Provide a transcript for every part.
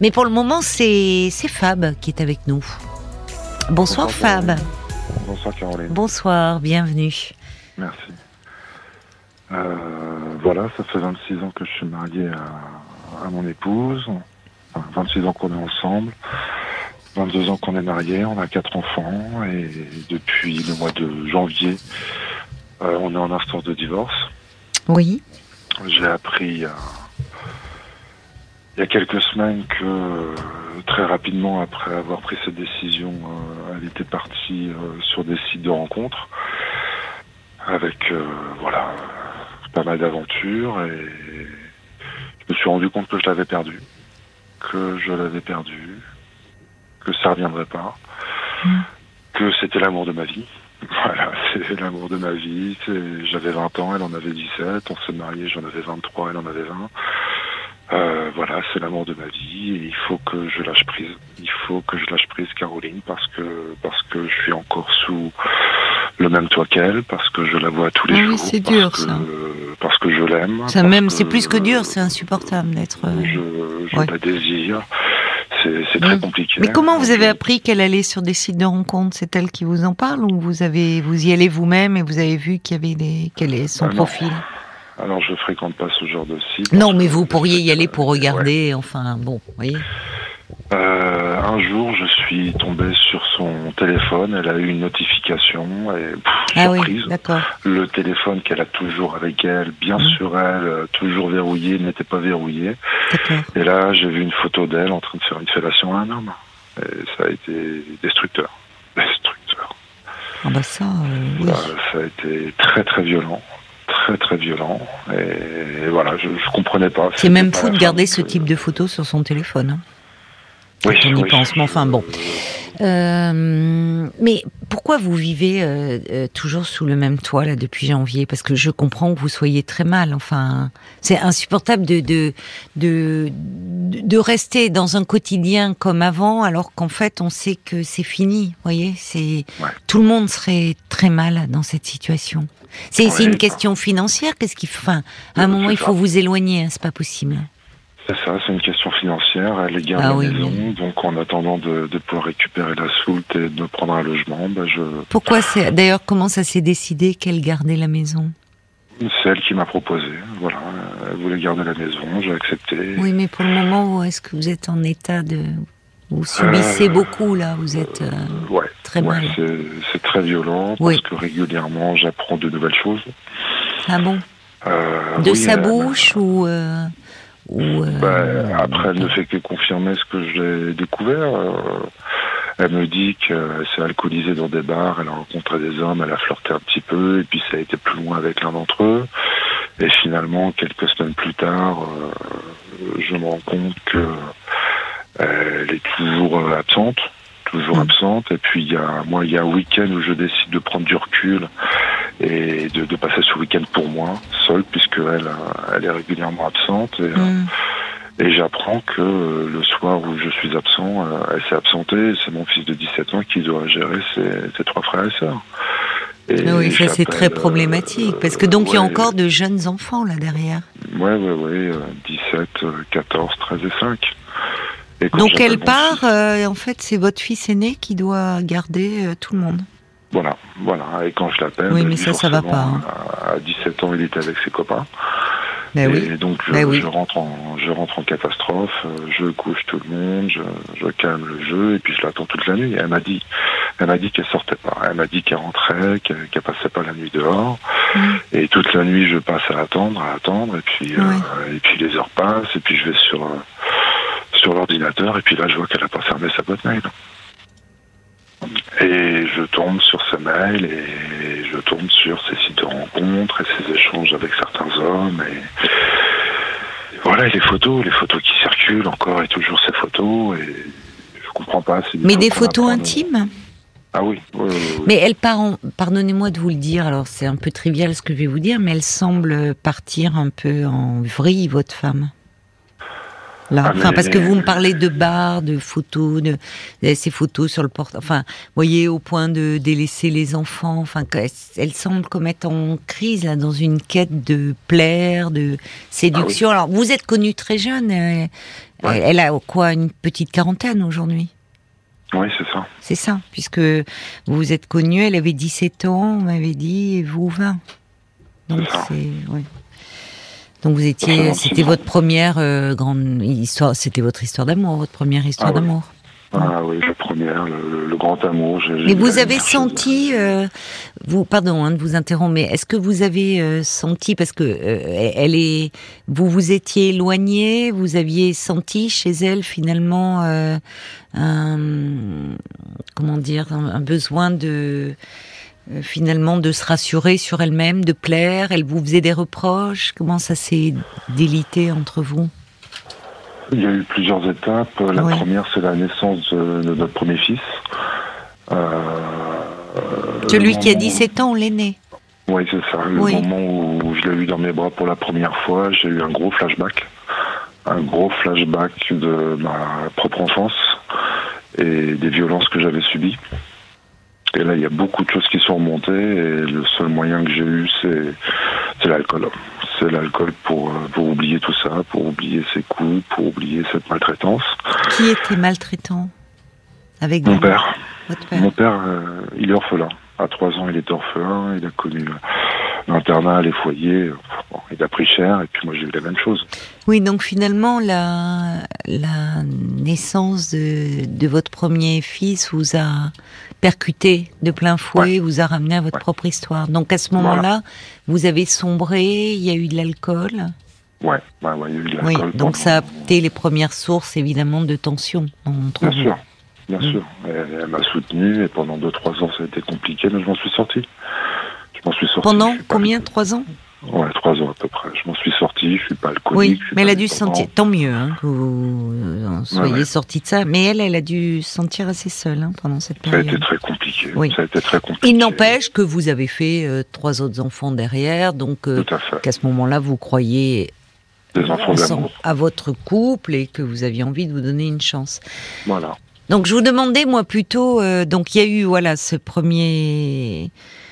Mais pour le moment, c'est Fab qui est avec nous. Bonsoir Fab. Bonsoir Caroline. Bonsoir, bienvenue. Merci. Voilà, ça fait 26 ans que je suis marié à mon épouse. Enfin, 26 ans qu'on est ensemble. 22 ans qu'on est mariés, on a 4 enfants. Et depuis le mois de janvier, on est en instance de divorce. Oui. J'ai appris il y a quelques semaines que très rapidement après avoir pris cette décision, elle était partie sur des sites de rencontres avec pas mal d'aventures, et je me suis rendu compte que je l'avais perdu, que ça reviendrait pas, que c'était l'amour de ma vie. Voilà, c'est l'amour de ma vie. J'avais 20 ans, elle en avait 17, on s'est mariés, j'en avais 23, elle en avait 20. Voilà, c'est l'amour de ma vie et il faut que je lâche prise. Il faut que je lâche prise, Caroline, parce que je suis encore sous le même toit qu'elle, parce que je la vois tous les jours. Oui, c'est dur, ça. Parce que je l'aime. Ça même, c'est plus que dur, c'est insupportable d'être... Je la désire. C'est très compliqué. Mais comment vous avez appris qu'elle allait sur des sites de rencontres? C'est elle qui vous en parle, ou vous y allez vous-même et vous avez vu quel est son profil? Alors, je fréquente pas ce genre de site. Non, mais vous pourriez y aller pour regarder, enfin, bon, vous voyez. Un jour, je suis tombé sur son téléphone, elle a eu une notification, et surprise. Oui, d'accord. Le téléphone qu'elle a toujours avec elle, bien sur elle, toujours verrouillé, n'était pas verrouillé. D'accord. Et là, j'ai vu une photo d'elle en train de faire une fellation à un homme. Et ça a été destructeur. Ah bah ça, oui. Ça a été très très violent. Très très violent, et voilà, je comprenais pas. C'est même fou de garder ce type de photos sur son téléphone. Hein. Oui, on y pense, mais enfin bon. Mais pourquoi vous vivez toujours sous le même toit là depuis janvier? Parce que je comprends que vous soyez très mal. Enfin, c'est insupportable de rester dans un quotidien comme avant, alors qu'en fait on sait que c'est fini. Vous voyez, tout le monde serait très mal dans cette situation. C'est une question financière. À un moment il faut vous éloigner. Hein, c'est pas possible. C'est ça, c'est une question financière. Elle garde la maison, donc en attendant de pouvoir récupérer la soulte et de prendre un logement, Pourquoi d'ailleurs, comment ça s'est décidé qu'elle gardait la maison? C'est elle qui m'a proposé, voilà. Elle voulait garder la maison, j'ai accepté. Oui, mais pour le moment, est-ce que vous êtes en état de... Vous subissez beaucoup, là, vous êtes très mal. C'est très violent, parce que régulièrement, j'apprends de nouvelles choses. Ah bon? De sa bouche ou après, elle ne fait que confirmer ce que j'ai découvert. Elle me dit qu'elle s'est alcoolisée dans des bars, elle a rencontré des hommes, elle a flirté un petit peu, et puis ça a été plus loin avec l'un d'entre eux. Et finalement, quelques semaines plus tard, je me rends compte que elle est toujours absente. Et puis il y a un week-end où je décide de prendre du recul et de passer ce week-end pour moi, seule, puisque elle est régulièrement absente. Et j'apprends que le soir où je suis absent, elle s'est absentée. C'est mon fils de 17 ans qui doit gérer ses 3 frères et sœurs. Oui, ça c'est très problématique, parce que donc il y a encore de jeunes enfants là derrière. Oui, 17, 14, 13 et 5. Donc elle part, en fait c'est votre fils aîné qui doit garder tout le monde. Voilà. Et quand je l'appelle, oui, mais ça va pas. Hein. À 17 ans, il était avec ses copains. Et donc je rentre en catastrophe, je couche tout le monde, je calme le jeu, et puis je l'attends toute la nuit. Elle m'a dit qu'elle sortait pas. Elle m'a dit qu'elle rentrait, qu'elle passait pas la nuit dehors. Et toute la nuit, je passe à attendre, et puis les heures passent, et puis je vais sur l'ordinateur, et puis là je vois qu'elle a pas fermé sa boîte mail. Et je tombe sur ses mails, et je tombe sur ses sites de rencontres et ses échanges avec certains hommes, et voilà, et les photos qui circulent encore et toujours, ces photos, et je comprends pas. Mais des photos intimes? Ah oui. Mais elle part pardonnez-moi de vous le dire, alors c'est un peu trivial ce que je vais vous dire, mais elle semble partir un peu en vrille, votre femme. là? Enfin, parce que vous me parlez de bars, de photos, de ces photos sur le portable. Enfin, voyez, au point de délaisser les enfants. Enfin, elle semble comme être en crise là, dans une quête de plaire, de séduction. Alors, vous êtes connue très jeune. Elle a quoi, une petite quarantaine aujourd'hui? Oui, c'est ça. C'est ça, puisque vous vous êtes connue. Elle avait 17 ans, on m'avait dit, et vous 20. Donc Donc vous étiez, c'était votre première grande histoire, c'était votre histoire d'amour, votre première histoire d'amour. Ah oui, la première, le grand amour. Mais vous avez senti, pardon de vous interrompre, mais est-ce que vous avez senti, parce que vous vous étiez éloigné, vous aviez senti chez elle finalement un besoin de finalement de se rassurer sur elle-même, de plaire, elle vous faisait des reproches, comment ça s'est délité entre vous? Il y a eu plusieurs étapes. La première, c'est la naissance de notre premier fils. Celui qui a 17 ans, l'aîné. Oui, c'est ça. Le moment où je l'ai eu dans mes bras pour la première fois, j'ai eu un gros flashback. Un gros flashback de ma propre enfance et des violences que j'avais subies. Et là, il y a beaucoup de choses qui sont remontées et le seul moyen que j'ai eu, c'est l'alcool. C'est l'alcool pour oublier tout ça, pour oublier ces coups, pour oublier cette maltraitance. Qui était maltraitant avec Mon père. Votre père. Mon père, il est orphelin. À 3 ans, il était orphelin. Il a connu l'internat, les foyers. Bon, il a pris cher et puis moi, j'ai eu la même chose. Oui, donc finalement, la naissance de votre premier fils vous a percuté de plein fouet, vous a ramené à votre propre histoire. Donc à ce moment-là, vous avez sombré, il y a eu de l'alcool. Ouais, il y a eu de l'alcool. Oui, donc ça a été les premières sources évidemment de tension entre vous. Bien sûr. Elle m'a soutenu et pendant 2-3 ans ça a été compliqué, mais je m'en suis sorti. Pendant combien? 3 ans? Ouais, 3 ans à peu près. Je m'en suis sorti, je suis pas alcoolique. Oui, mais elle a dû sentir, tant mieux que vous soyez sorti de ça, mais elle a dû se sentir assez seule pendant cette période. Ça a été très compliqué. Oui. Ça a été très compliqué. Il n'empêche que vous avez fait 3 autres enfants derrière, donc qu'à ce moment-là, vous croyez des enfants d'amour à votre couple et que vous aviez envie de vous donner une chance. Voilà. Donc je vous demandais, moi plutôt, donc il y a eu ce premier...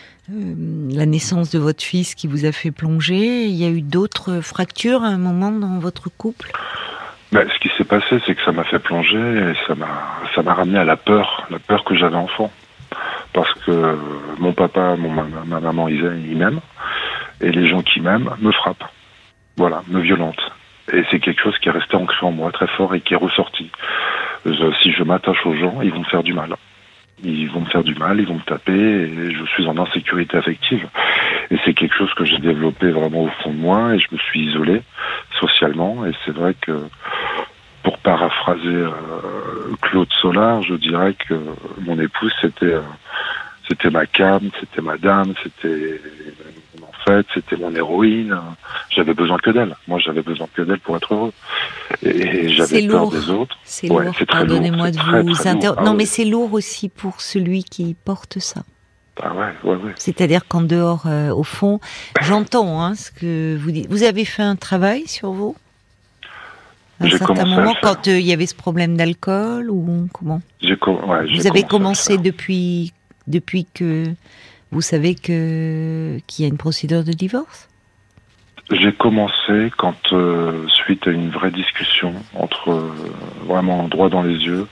la naissance de votre fils qui vous a fait plonger. Il y a eu d'autres fractures à un moment dans votre couple? Ce qui s'est passé, c'est que ça m'a fait plonger et ça m'a ramené à la peur que j'avais enfant. Parce que mon papa, ma maman, ils m'aiment, et les gens qui m'aiment me frappent. Voilà, me violentent. Et c'est quelque chose qui est resté ancré en moi très fort et qui est ressorti. Si je m'attache aux gens, ils vont me faire du mal. Ils vont me faire du mal, ils vont me taper, et je suis en insécurité affective. Et c'est quelque chose que j'ai développé vraiment au fond de moi, et je me suis isolé socialement. Et c'est vrai que, pour paraphraser Claude Solar, je dirais que mon épouse, c'était ma cam, c'était ma dame, c'était c'était mon héroïne. J'avais besoin que d'elle. Moi, j'avais besoin que d'elle pour être heureux. Et j'avais peur des autres. C'est lourd. Pardonnez-moi de vous interrompre. Non, mais c'est lourd aussi pour celui qui porte ça. Ah ouais. C'est-à-dire qu'en dehors, au fond, j'entends ce que vous dites. Vous avez fait un travail sur vous à un certain moment, quand il y avait ce problème d'alcool, ou comment? Vous avez commencé depuis que vous savez qu'il y a une procédure de divorce? J'ai commencé quand, suite à une vraie discussion entre vraiment droit dans les yeux,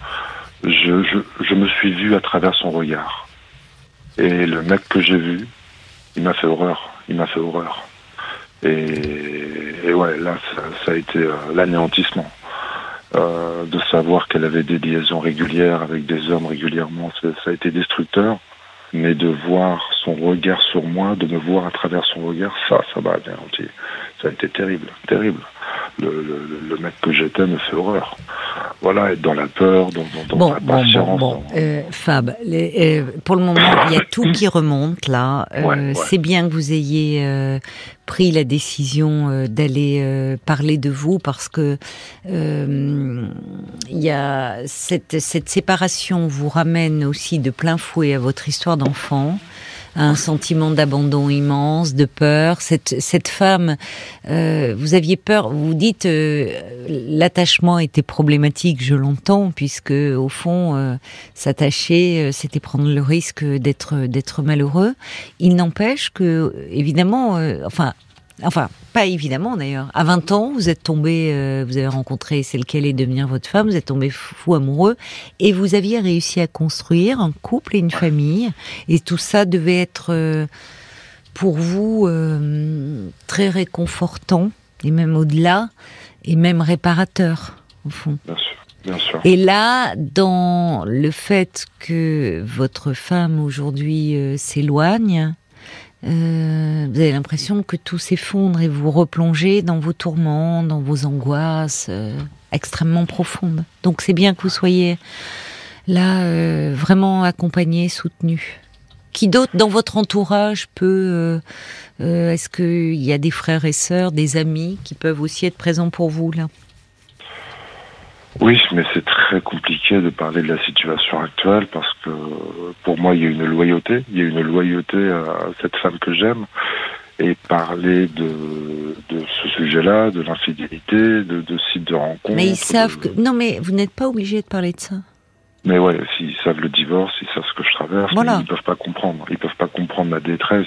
je me suis vu à travers son regard. Et le mec que j'ai vu, il m'a fait horreur. Et ouais, là, ça a été l'anéantissement. De savoir qu'elle avait des liaisons régulières avec des hommes régulièrement, ça a été destructeur. Mais de voir son regard sur moi, de me voir à travers son regard, ça m'a anéanti. Ça a été terrible. Le mec que j'étais me fait horreur. Voilà, être dans la peur, dans la patience. Fab, pour le moment, il y a tout qui remonte là. C'est bien que vous ayez pris la décision d'aller parler de vous, parce que il y a cette séparation vous ramène aussi de plein fouet à votre histoire d'enfant. un sentiment d'abandon immense, de peur. Cette femme, vous aviez peur. Vous dites l'attachement était problématique, je l'entends, puisque au fond, s'attacher, c'était prendre le risque d'être malheureux. Il n'empêche que, évidemment, Enfin, pas évidemment d'ailleurs. À 20 ans, vous êtes tombé, vous avez rencontré celle qui allait devenir votre femme, vous êtes tombé fou amoureux, et vous aviez réussi à construire un couple et une famille, et tout ça devait être pour vous très réconfortant, et même au-delà, et même réparateur, au fond. Bien sûr. Bien sûr. Et là, dans le fait que votre femme aujourd'hui s'éloigne, vous avez l'impression que tout s'effondre et vous replongez dans vos tourments, dans vos angoisses extrêmement profondes. Donc c'est bien que vous soyez là vraiment accompagné, soutenu. Qui d'autre dans votre entourage peut... est-ce qu'il y a des frères et sœurs, des amis qui peuvent aussi être présents pour vous là ? Oui, mais c'est très compliqué de parler de la situation actuelle parce que pour moi, il y a une loyauté. Il y a une loyauté à cette femme que j'aime. Et parler de ce sujet-là, de l'infidélité, de sites de rencontres... Mais ils savent que... Non, mais vous n'êtes pas obligé de parler de ça. Mais ouais, s'ils savent le divorce, ils savent ce que je traverse, voilà. Ils peuvent pas comprendre. Ils peuvent pas comprendre ma détresse.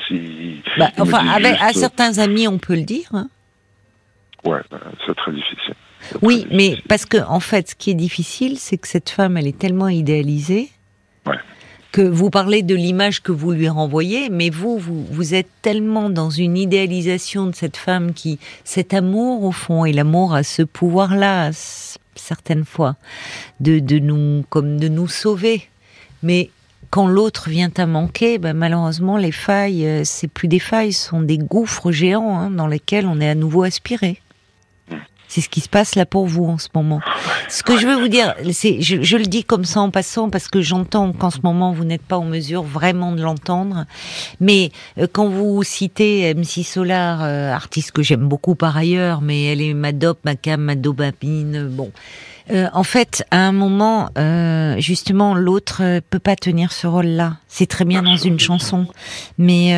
À certains amis, on peut le dire. Hein. Ouais, c'est très difficile. Oui, mais parce que en fait, ce qui est difficile, c'est que cette femme, elle est tellement idéalisée que vous parlez de l'image que vous lui renvoyez, mais vous êtes tellement dans une idéalisation de cette femme cet amour au fond, et l'amour a ce pouvoir-là, certaines fois, de nous sauver. Mais quand l'autre vient à manquer, malheureusement, les failles, c'est plus des failles, ce sont des gouffres géants dans lesquels on est à nouveau aspiré. C'est ce qui se passe là pour vous en ce moment. Ce que je veux vous dire, je le dis comme ça en passant parce que j'entends qu'en ce moment vous n'êtes pas en mesure vraiment de l'entendre. Mais quand vous citez MC Solar, artiste que j'aime beaucoup par ailleurs, mais elle est ma dope, ma cam, ma dopamine, bon. En fait, à un moment, justement, l'autre peut pas tenir ce rôle-là. C'est très bien dans une chanson, mais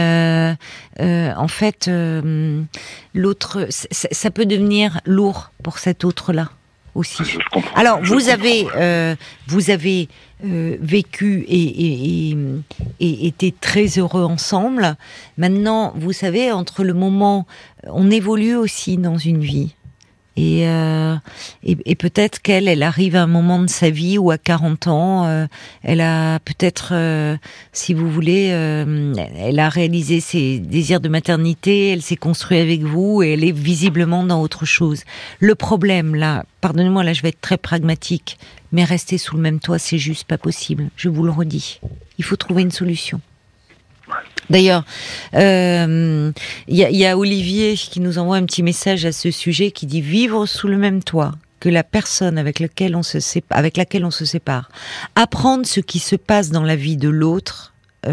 en fait, l'autre, ça peut devenir lourd pour cet autre-là aussi. Alors, vous avez vécu et été très heureux ensemble. Maintenant, vous savez, entre le moment, on évolue aussi dans une vie. Et peut-être qu'elle arrive à un moment de sa vie où à 40 ans, elle a peut-être, si vous voulez, elle a réalisé ses désirs de maternité, elle s'est construite avec vous et elle est visiblement dans autre chose. Le problème là, pardonnez-moi, là je vais être très pragmatique, mais rester sous le même toit, c'est juste pas possible. Je vous le redis. Il faut trouver une solution. D'ailleurs, il y a Olivier qui nous envoie un petit message à ce sujet qui dit: vivre sous le même toit que la personne avec laquelle on se sépare, apprendre ce qui se passe dans la vie de l'autre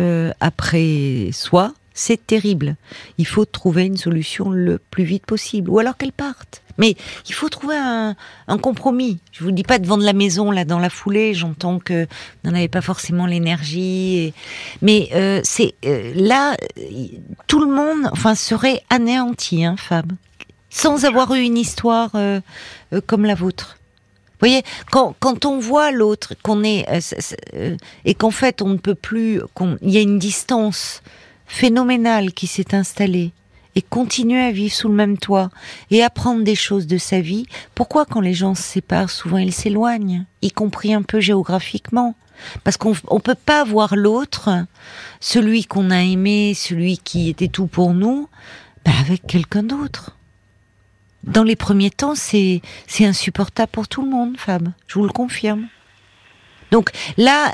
après soi, c'est terrible. Il faut trouver une solution le plus vite possible, ou alors qu'elle parte. Mais il faut trouver un compromis. Je vous dis pas de vendre la maison là dans la foulée. J'entends que vous n'en avez pas forcément l'énergie. Mais là, tout le monde, serait anéanti, Fab, sans avoir eu une histoire comme la vôtre. Vous voyez, quand on voit l'autre, qu'on est et qu'en fait on ne peut plus, il y a une distance phénoménale qui s'est installée. Et continuer à vivre sous le même toit et apprendre des choses de sa vie. Pourquoi quand les gens se séparent, souvent ils s'éloignent, y compris un peu géographiquement? Parce qu'on peut pas voir l'autre, celui qu'on a aimé, celui qui était tout pour nous, avec quelqu'un d'autre. Dans les premiers temps, c'est insupportable pour tout le monde, Fab. Je vous le confirme. Donc là,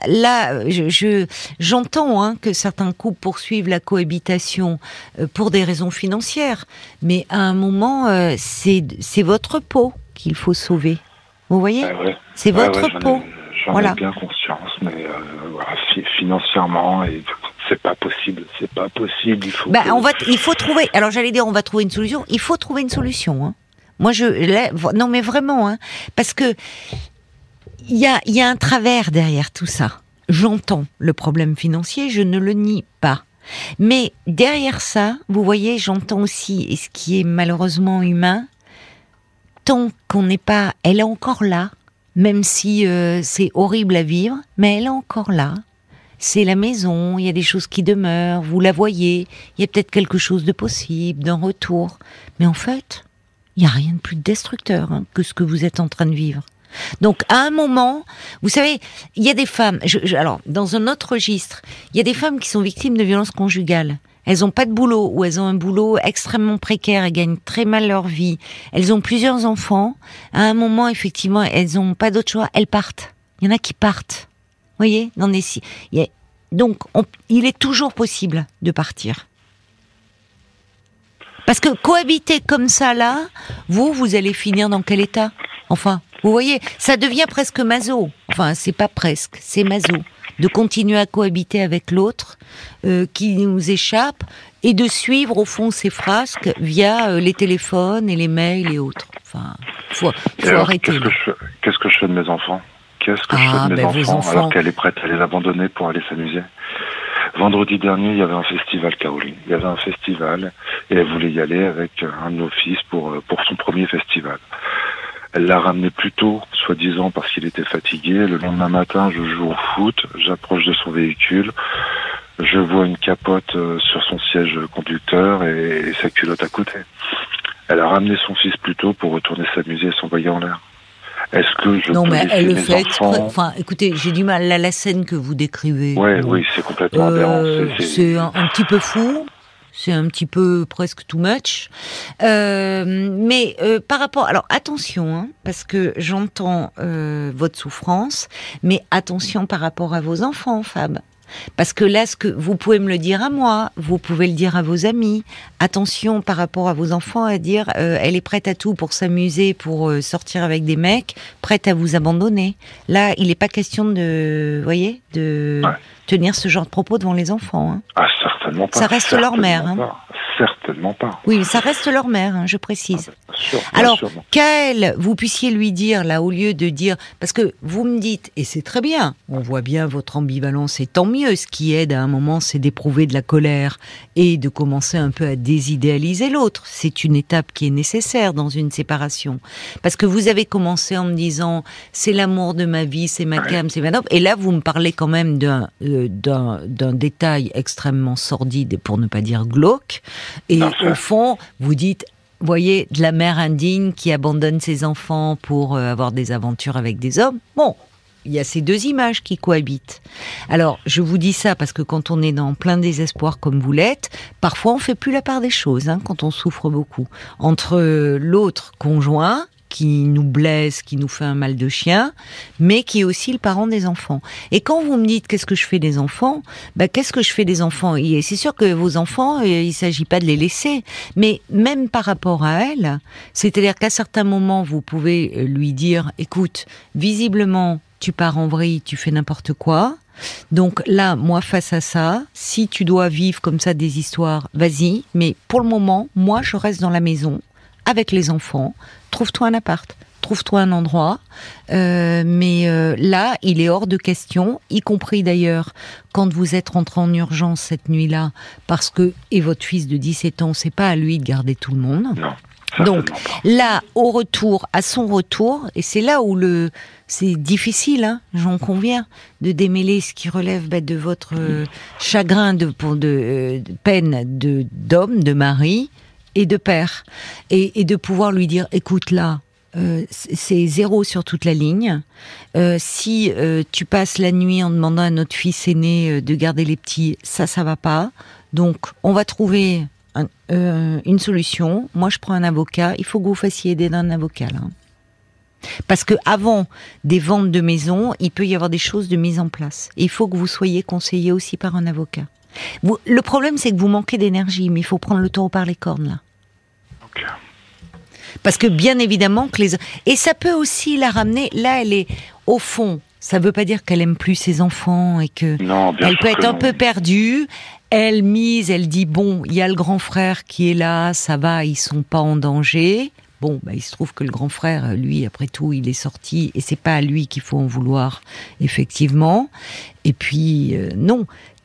j'entends que certains couples poursuivent la cohabitation pour des raisons financières, mais à un moment, c'est votre peau qu'il faut sauver. Vous voyez, c'est votre peau. J'en ai bien conscience, mais financièrement, c'est pas possible. C'est pas possible. Il faut trouver. Alors j'allais dire, on va trouver une solution. Il faut trouver une solution. Moi, non, mais vraiment, parce que. Il y a un travers derrière tout ça. J'entends le problème financier, je ne le nie pas. Mais derrière ça, vous voyez, j'entends aussi, et ce qui est malheureusement humain, tant qu'on n'est pas... Elle est encore là, même si c'est horrible à vivre, mais elle est encore là. C'est la maison, il y a des choses qui demeurent, vous la voyez, il y a peut-être quelque chose de possible, d'un retour. Mais en fait, il n'y a rien de plus destructeur que ce que vous êtes en train de vivre. Donc, à un moment, vous savez, il y a des femmes, alors, dans un autre registre, il y a des femmes qui sont victimes de violences conjugales. Elles n'ont pas de boulot, ou elles ont un boulot extrêmement précaire, elles gagnent très mal leur vie, elles ont plusieurs enfants. À un moment, effectivement, elles n'ont pas d'autre choix, elles partent. Il y en a qui partent. Vous voyez, donc, il est toujours possible de partir. Parce que cohabiter comme ça, là, vous allez finir dans quel état ? Enfin, vous voyez, ça devient presque maso. Enfin, c'est pas presque, c'est maso. De continuer à cohabiter avec l'autre qui nous échappe et de suivre, au fond, ces frasques via les téléphones et les mails et autres. Enfin, faut arrêter. Qu'est-ce que je fais de mes enfants ? Qu'est-ce que je fais de mes enfants alors qu'elle est prête à les abandonner pour aller s'amuser ? Vendredi dernier, il y avait un festival, Caroline. Il y avait un festival et elle voulait y aller avec un de nos fils pour son premier festival. Elle l'a ramené plus tôt, soi-disant parce qu'il était fatigué. Le lendemain matin, je joue au foot, j'approche de son véhicule, je vois une capote sur son siège conducteur et sa culotte à côté. Elle a ramené son fils plus tôt pour retourner s'amuser et s'envoyer en l'air. Est-ce que je peux laisser elle le mes fait enfants... Enfin, écoutez, j'ai du mal. La scène que vous décrivez. Oui, c'est complètement aberrant. C'est un petit peu fou. C'est un petit peu presque too much. Mais par rapport... Alors, attention, parce que j'entends votre souffrance, mais attention par rapport à vos enfants, Fab. Parce que là, ce que vous pouvez me le dire à moi, vous pouvez le dire à vos amis. Attention par rapport à vos enfants à dire elle est prête à tout pour s'amuser, pour sortir avec des mecs, prête à vous abandonner. Là, il n'est pas question de, voyez, de tenir ce genre de propos devant les enfants. Ah, certainement pas. Ça reste leur mère. Certainement pas. Oui, mais ça reste leur mère, je précise. Bien sûr, alors, sûr, qu'à elle, vous puissiez lui dire, là, au lieu de dire... Parce que vous me dites, et c'est très bien, on voit bien votre ambivalence, et tant mieux, ce qui aide à un moment, c'est d'éprouver de la colère et de commencer un peu à désidéaliser l'autre. C'est une étape qui est nécessaire dans une séparation. Parce que vous avez commencé en me disant, c'est l'amour de ma vie, c'est ma cam, c'est ma dope, et là, vous me parlez quand même d'un détail extrêmement sordide, pour ne pas dire glauque, et au fond, vous dites, voyez, de la mère indigne qui abandonne ses enfants pour avoir des aventures avec des hommes. Bon, il y a ces deux images qui cohabitent. Alors, je vous dis ça parce que quand on est dans plein désespoir comme vous l'êtes, parfois on fait plus la part des choses, quand on souffre beaucoup. Entre l'autre conjoint, qui nous blesse, qui nous fait un mal de chien, mais qui est aussi le parent des enfants. Et quand vous me dites qu'est-ce que je fais des enfants, qu'est-ce que je fais des enfants ? Et c'est sûr que vos enfants, il s'agit pas de les laisser, mais même par rapport à elle, c'est-à-dire qu'à certains moments, vous pouvez lui dire, écoute, visiblement, tu pars en vrille, tu fais n'importe quoi. Donc là, moi, face à ça, si tu dois vivre comme ça des histoires, vas-y, mais pour le moment, moi, je reste dans la maison, avec les enfants, trouve-toi un appart, trouve-toi un endroit, mais là, il est hors de question, y compris d'ailleurs quand vous êtes rentré en urgence cette nuit-là, parce que, et votre fils de 17 ans, c'est pas à lui de garder tout le monde. Non. Donc là, au retour, à son retour, et c'est là où c'est difficile, j'en conviens, de démêler ce qui relève de votre chagrin, de peine d'homme, de mari, et de père, et de pouvoir lui dire, écoute là, c'est 0 sur toute la ligne. Si tu passes la nuit en demandant à notre fils aîné de garder les petits, ça va pas. Donc on va trouver une solution. Moi je prends un avocat. Il faut que vous fassiez aider d'un avocat là. Parce que avant des ventes de maisons, il peut y avoir des choses de mise en place. Et il faut que vous soyez conseillé aussi par un avocat. Le problème c'est que vous manquez d'énergie, mais il faut prendre le taureau par les cornes là. Parce que bien évidemment que et ça peut aussi la ramener. Là, elle est au fond. Ça veut pas dire qu'elle aime plus ses enfants et que elle peut être un peu perdue. Elle dit bon, il y a le grand frère qui est là, ça va, ils sont pas en danger. Bon, il se trouve que le grand frère, lui, après tout, il est sorti et c'est pas à lui qu'il faut en vouloir, effectivement. Et puis non.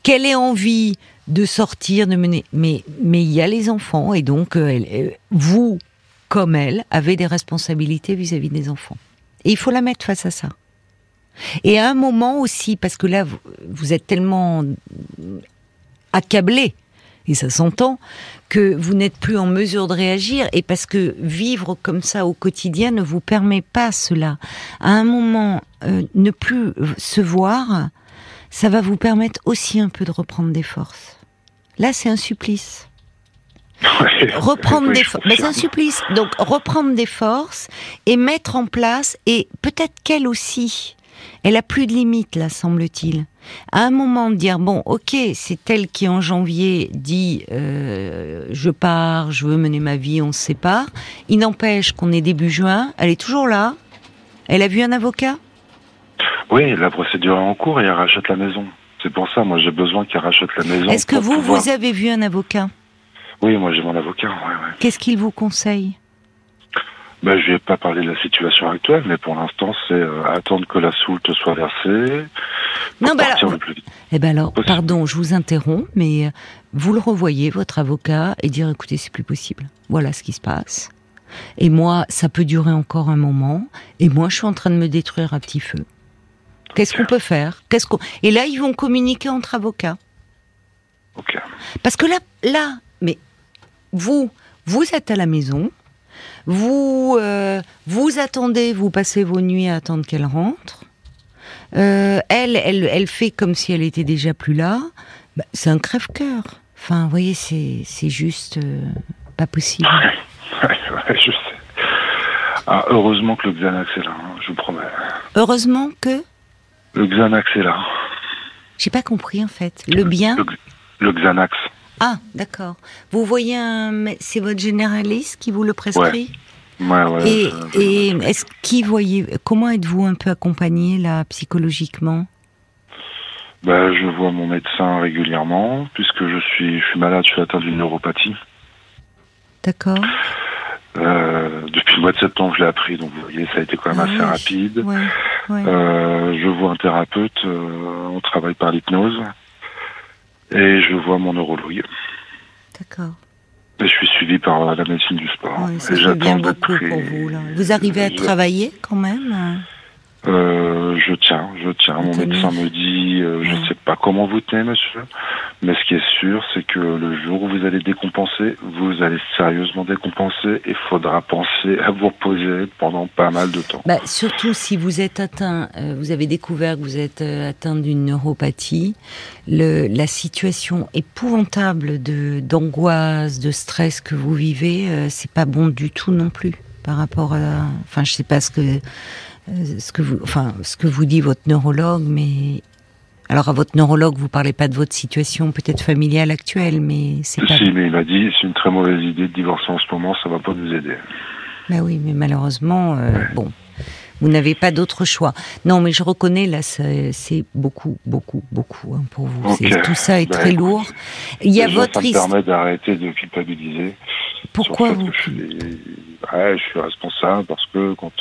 qu'elle ait envie de sortir, de mener, mais il y a les enfants, et donc vous, comme elle, avez des responsabilités vis-à-vis des enfants. Et il faut la mettre face à ça. Et à un moment aussi, parce que là, vous êtes tellement accablé, et ça s'entend, que vous n'êtes plus en mesure de réagir, et parce que vivre comme ça au quotidien ne vous permet pas cela. À un moment, ne plus se voir, ça va vous permettre aussi un peu de reprendre des forces. Là, c'est un supplice. Reprendre des forces, mais c'est un supplice. Donc, reprendre des forces et mettre en place, et peut-être qu'elle aussi, elle a plus de limites, là, semble-t-il. À un moment, de dire, bon, ok, c'est elle qui, en janvier, dit je pars, je veux mener ma vie, on se sépare. Il n'empêche qu'on est début juin, elle est toujours là. Elle a vu un avocat ? Oui, la procédure est en cours et elle rachète la maison. C'est pour ça, moi, j'ai besoin qu'elle rachète la maison. Est-ce que vous avez vu un avocat ? Oui, moi, j'ai mon avocat, ouais. Qu'est-ce qu'il vous conseille ? Je lui ai pas parlé de la situation actuelle, mais pour l'instant, c'est attendre que la soulte soit versée. Non, le plus vite. Eh ben alors, pardon, je vous interromps, mais vous le revoyez, votre avocat, et dire, écoutez, c'est plus possible. Voilà ce qui se passe. Et moi, ça peut durer encore un moment, et moi, je suis en train de me détruire à petit feu. Qu'est-ce qu'on peut faire ? Et là, ils vont communiquer entre avocats. Ok. Parce que là, mais vous êtes à la maison, vous attendez, vous passez vos nuits à attendre qu'elle rentre. Elle fait comme si elle était déjà plus là. C'est un crève-cœur. Enfin, vous voyez, c'est juste pas possible. Ouais, je sais. Ah, heureusement que le Xanax est là, je vous promets. Heureusement que le Xanax est là. J'ai pas compris, en fait. Le bien Le Xanax. Ah, d'accord. Vous voyez c'est votre généraliste qui vous le prescrit ? Ouais. Et comment êtes-vous un peu accompagné, là, psychologiquement ? Je vois mon médecin régulièrement, puisque je suis malade, je suis atteint d'une neuropathie. D'accord. Depuis le mois de septembre, je l'ai appris, donc vous voyez, ça a été quand même assez rapide. Ouais. Je vois un thérapeute, on travaille par l'hypnose, et je vois mon neurologue. D'accord. Et je suis suivi par la médecine du sport. Ouais, ça fait bien beaucoup pour vous, là. Vous arrivez à travailler, quand même ? Je tiens. Mon médecin me dit, je ne sais pas comment vous tenez, monsieur, mais ce qui est sûr, c'est que le jour où vous allez décompenser, vous allez sérieusement décompenser, et il faudra penser à vous reposer pendant pas mal de temps. Surtout si vous êtes atteint, vous avez découvert que vous êtes atteint d'une neuropathie, la situation épouvantable d'angoisse, de stress que vous vivez, c'est pas bon du tout non plus par rapport à, enfin, je sais pas ce que vous dit votre neurologue, mais alors à votre neurologue, vous parlez pas de votre situation peut-être familiale actuelle, mais c'est pas. Si, mais il m'a dit c'est une très mauvaise idée de divorcer en ce moment, ça va pas nous aider. Oui, mais malheureusement, bon, vous n'avez pas d'autre choix. Non, mais je reconnais là, c'est beaucoup pour vous. Okay. Tout ça est très lourd. Il y a votre ça me permet d'arrêter de culpabiliser. Pourquoi vous je suis responsable parce que quand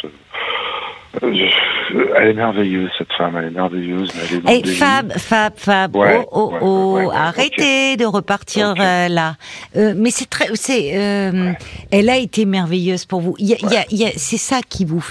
elle est merveilleuse, cette femme, elle est merveilleuse. Mais elle est Fab, arrêtez de repartir là. Mais elle a été merveilleuse pour vous. C'est ça qui vous,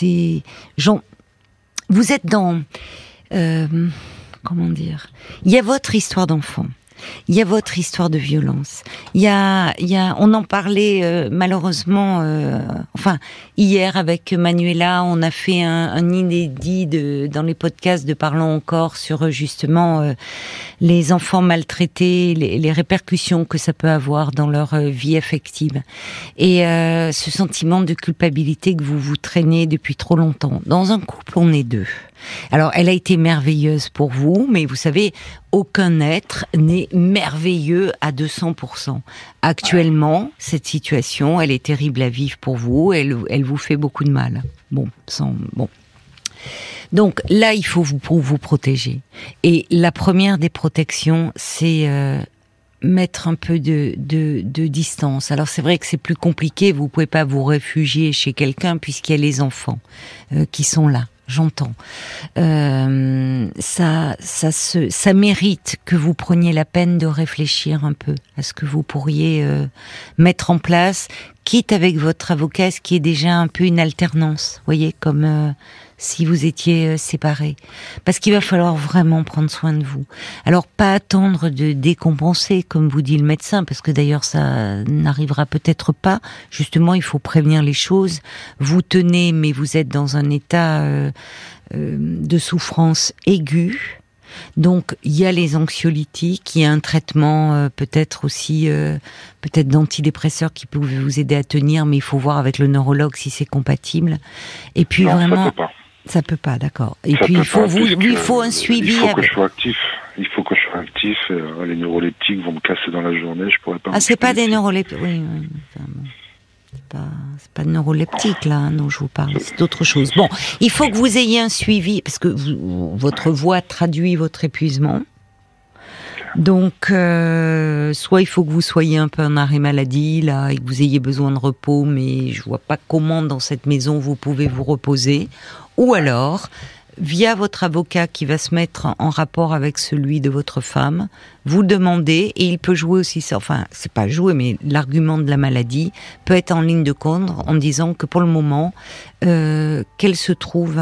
vous êtes dans, comment dire, il y a votre histoire d'enfant. Il y a votre histoire de violence. On en parlait malheureusement. Hier avec Manuela, on a fait un inédit dans les podcasts de Parlons encore sur justement les enfants maltraités, les répercussions que ça peut avoir dans leur vie affective, et ce sentiment de culpabilité que vous traînez depuis trop longtemps. Dans un couple, on est deux. Alors, elle a été merveilleuse pour vous, mais vous savez, aucun être n'est merveilleux à 200%. Actuellement, cette situation, elle est terrible à vivre pour vous, elle vous fait beaucoup de mal. Bon. Donc là, il faut vous protéger. Et la première des protections, c'est mettre un peu de distance. Alors c'est vrai que c'est plus compliqué, vous pouvez pas vous réfugier chez quelqu'un puisqu'il y a les enfants qui sont là. j'entends. Ça mérite que vous preniez la peine de réfléchir un peu à ce que vous pourriez mettre en place, quitte avec votre avocat, ce qui est déjà un peu une alternance, voyez, comme si vous étiez séparés. Parce qu'il va falloir vraiment prendre soin de vous. Alors, pas attendre de décompenser, comme vous dit le médecin, parce que d'ailleurs, ça n'arrivera peut-être pas. Justement, il faut prévenir les choses. Vous tenez, mais vous êtes dans un état de souffrance aiguë. Donc, il y a les anxiolytiques, il y a un traitement peut-être aussi, peut-être d'antidépresseurs qui peuvent vous aider à tenir, mais il faut voir avec le neurologue si c'est compatible. Et puis non, vraiment... ça peut pas. Ça peut pas, d'accord. Et puis il faut un suivi. Il faut que je sois actif. Il faut que je sois actif. Les neuroleptiques vont me casser dans la journée. Je pourrais pas. Ah, c'est pas des neuroleptiques. Oui. C'est pas de neuroleptiques là, dont je vous parle. C'est d'autre chose. Bon, il faut que vous ayez un suivi parce que votre voix traduit votre épuisement. Donc, soit il faut que vous soyez un peu en arrêt maladie là et que vous ayez besoin de repos, mais je vois pas comment dans cette maison vous pouvez vous reposer. Ou alors, via votre avocat qui va se mettre en rapport avec celui de votre femme, vous demandez, et il peut jouer aussi ça, enfin, c'est pas jouer, mais l'argument de la maladie peut être en ligne de compte en disant que pour le moment, qu'elle se trouve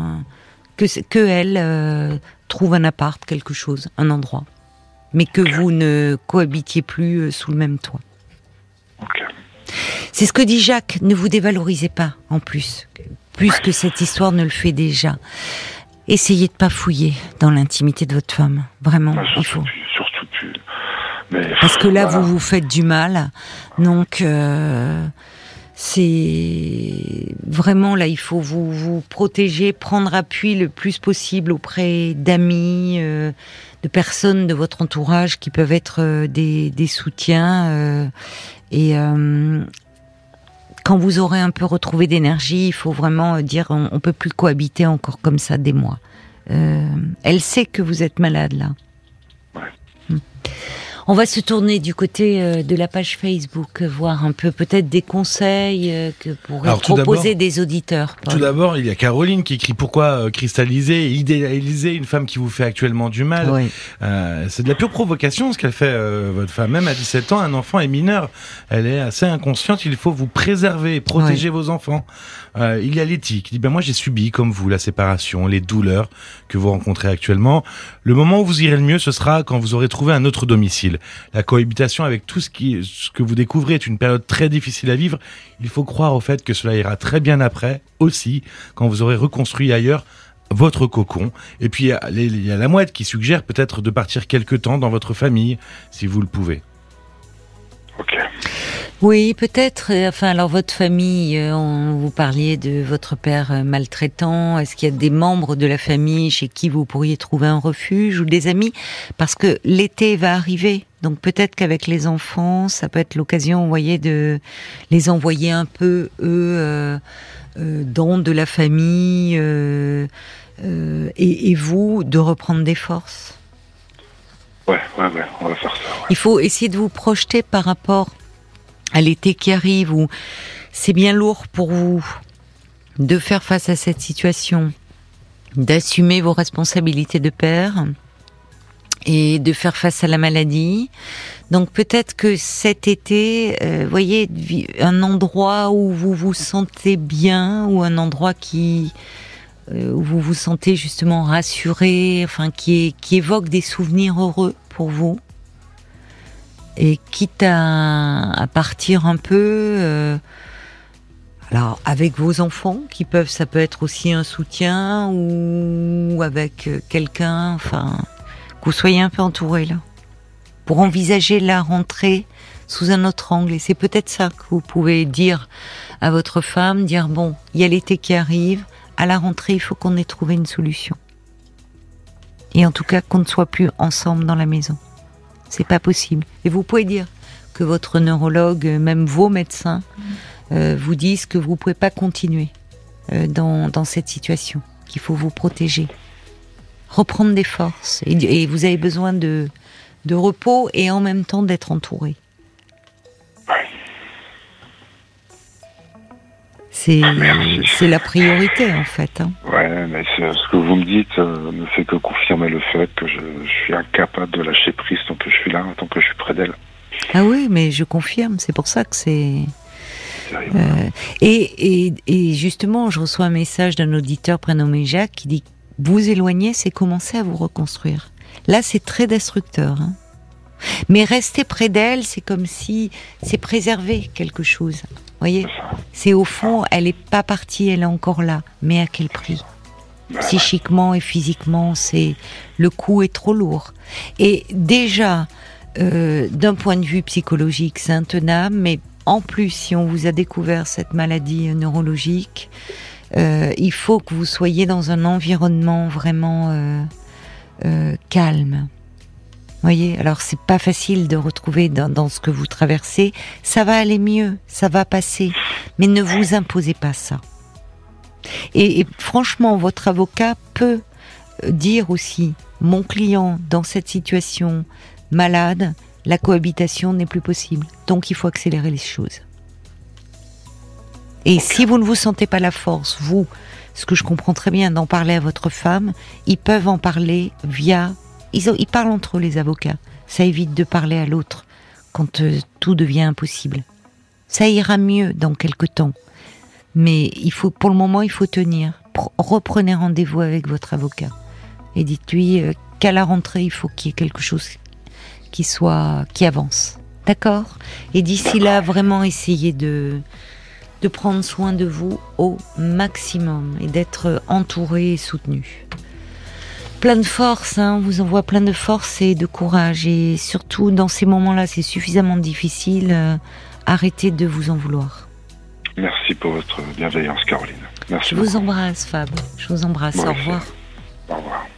qu'elle trouve un appart, quelque chose, un endroit, mais que vous ne cohabitiez plus sous le même toit. Okay. C'est ce que dit Jacques, ne vous dévalorisez pas, en plus que cette histoire ne le fait déjà. Essayez de pas fouiller dans l'intimité de votre femme, vraiment, il faut. Surtout plus. Mais, parce que là, voilà. Vous faites du mal, donc c'est vraiment là, il faut vous protéger, prendre appui le plus possible auprès d'amis, de personnes de votre entourage qui peuvent être des soutiens et quand vous aurez un peu retrouvé d'énergie, il faut vraiment dire on peut plus cohabiter encore comme ça des mois. Elle sait que vous êtes malade là. Ouais. On va se tourner du côté de la page Facebook, voir un peu peut-être des conseils que pourraient proposer des auditeurs. Tout d'abord, il y a Caroline qui écrit pourquoi cristalliser et idéaliser une femme qui vous fait actuellement du mal. Oui. C'est de la pure provocation ce qu'elle fait, votre femme. Même à 17 ans, un enfant est mineur. Elle est assez inconsciente. Il faut vous préserver, protéger vos enfants. Il y a l'éthique. Il dit, moi j'ai subi, comme vous, la séparation, les douleurs que vous rencontrez actuellement. Le moment où vous irez le mieux, ce sera quand vous aurez trouvé un autre domicile. La cohabitation avec tout ce que vous découvrez est une période très difficile à vivre. Il faut croire au fait que cela ira très bien après, aussi, quand vous aurez reconstruit ailleurs votre cocon. Et puis il y a la mouette qui suggère peut-être de partir quelque temps dans votre famille, si vous le pouvez. Ok. Oui, peut-être. Enfin, alors votre famille, vous parliez de votre père maltraitant. Est-ce qu'il y a des membres de la famille chez qui vous pourriez trouver un refuge ou des amis? Parce que l'été va arriver. Donc peut-être qu'avec les enfants, ça peut être l'occasion, vous voyez, de les envoyer un peu, dans de la famille, et vous, de reprendre des forces. Ouais, on va faire ça. Ouais. Il faut essayer de vous projeter par rapport à l'été qui arrive, où c'est bien lourd pour vous de faire face à cette situation, d'assumer vos responsabilités de père et de faire face à la maladie. Donc peut-être que cet été, voyez, un endroit où vous vous sentez bien, ou un endroit où vous vous sentez justement rassuré, enfin qui évoque des souvenirs heureux pour vous. Et quitte à partir un peu, alors avec vos enfants ça peut être aussi un soutien, ou avec quelqu'un, enfin que vous soyez un peu entouré là, pour envisager la rentrée sous un autre angle. Et c'est peut-être ça que vous pouvez dire à votre femme, dire bon, il y a l'été qui arrive, à la rentrée il faut qu'on ait trouvé une solution. Et en tout cas qu'on ne soit plus ensemble dans la maison. C'est pas possible. Et vous pouvez dire que votre neurologue, même vos médecins, vous disent que vous pouvez pas continuer dans cette situation, qu'il faut vous protéger, reprendre des forces, et vous avez besoin de repos et en même temps d'être entouré. C'est la priorité, en fait. Hein. Ouais, mais ce que vous me dites ne fait que confirmer le fait que je suis incapable de lâcher prise tant que je suis là, tant que je suis près d'elle. Ah oui, mais je confirme, c'est pour ça que c'est... Et justement, je reçois un message d'un auditeur prénommé Jacques qui dit « Vous éloigner, c'est commencer à vous reconstruire ». Là, c'est très destructeur. Hein. Mais rester près d'elle, c'est comme si c'est préserver quelque chose. Vous voyez ? C'est au fond, elle n'est pas partie, elle est encore là. Mais à quel prix ? Psychiquement et physiquement, le coup est trop lourd. Et déjà, d'un point de vue psychologique, c'est intenable, mais en plus, si on vous a découvert cette maladie neurologique, il faut que vous soyez dans un environnement vraiment calme. Vous voyez, alors c'est pas facile de retrouver dans ce que vous traversez. Ça va aller mieux, ça va passer, mais ne vous imposez pas ça. Et franchement, votre avocat peut dire aussi, mon client dans cette situation malade, la cohabitation n'est plus possible, donc il faut accélérer les choses. Et si vous ne vous sentez pas la force, vous, ce que je comprends très bien, d'en parler à votre femme, ils peuvent en parler via... Ils parlent entre eux, les avocats. Ça évite de parler à l'autre quand tout devient impossible. Ça ira mieux dans quelque temps. Mais pour le moment, il faut tenir. Reprenez rendez-vous avec votre avocat. Et dites-lui qu'à la rentrée, il faut qu'il y ait quelque chose qui avance. D'accord ? Et d'ici là, vraiment essayez de prendre soin de vous au maximum et d'être entouré et soutenu. Plein de force, hein, on vous envoie plein de force et de courage. Et surtout, dans ces moments-là, c'est suffisamment difficile. Arrêtez de vous en vouloir. Merci pour votre bienveillance, Caroline. Merci. Je vous embrasse, Fab. Je vous embrasse. Au revoir. Au revoir.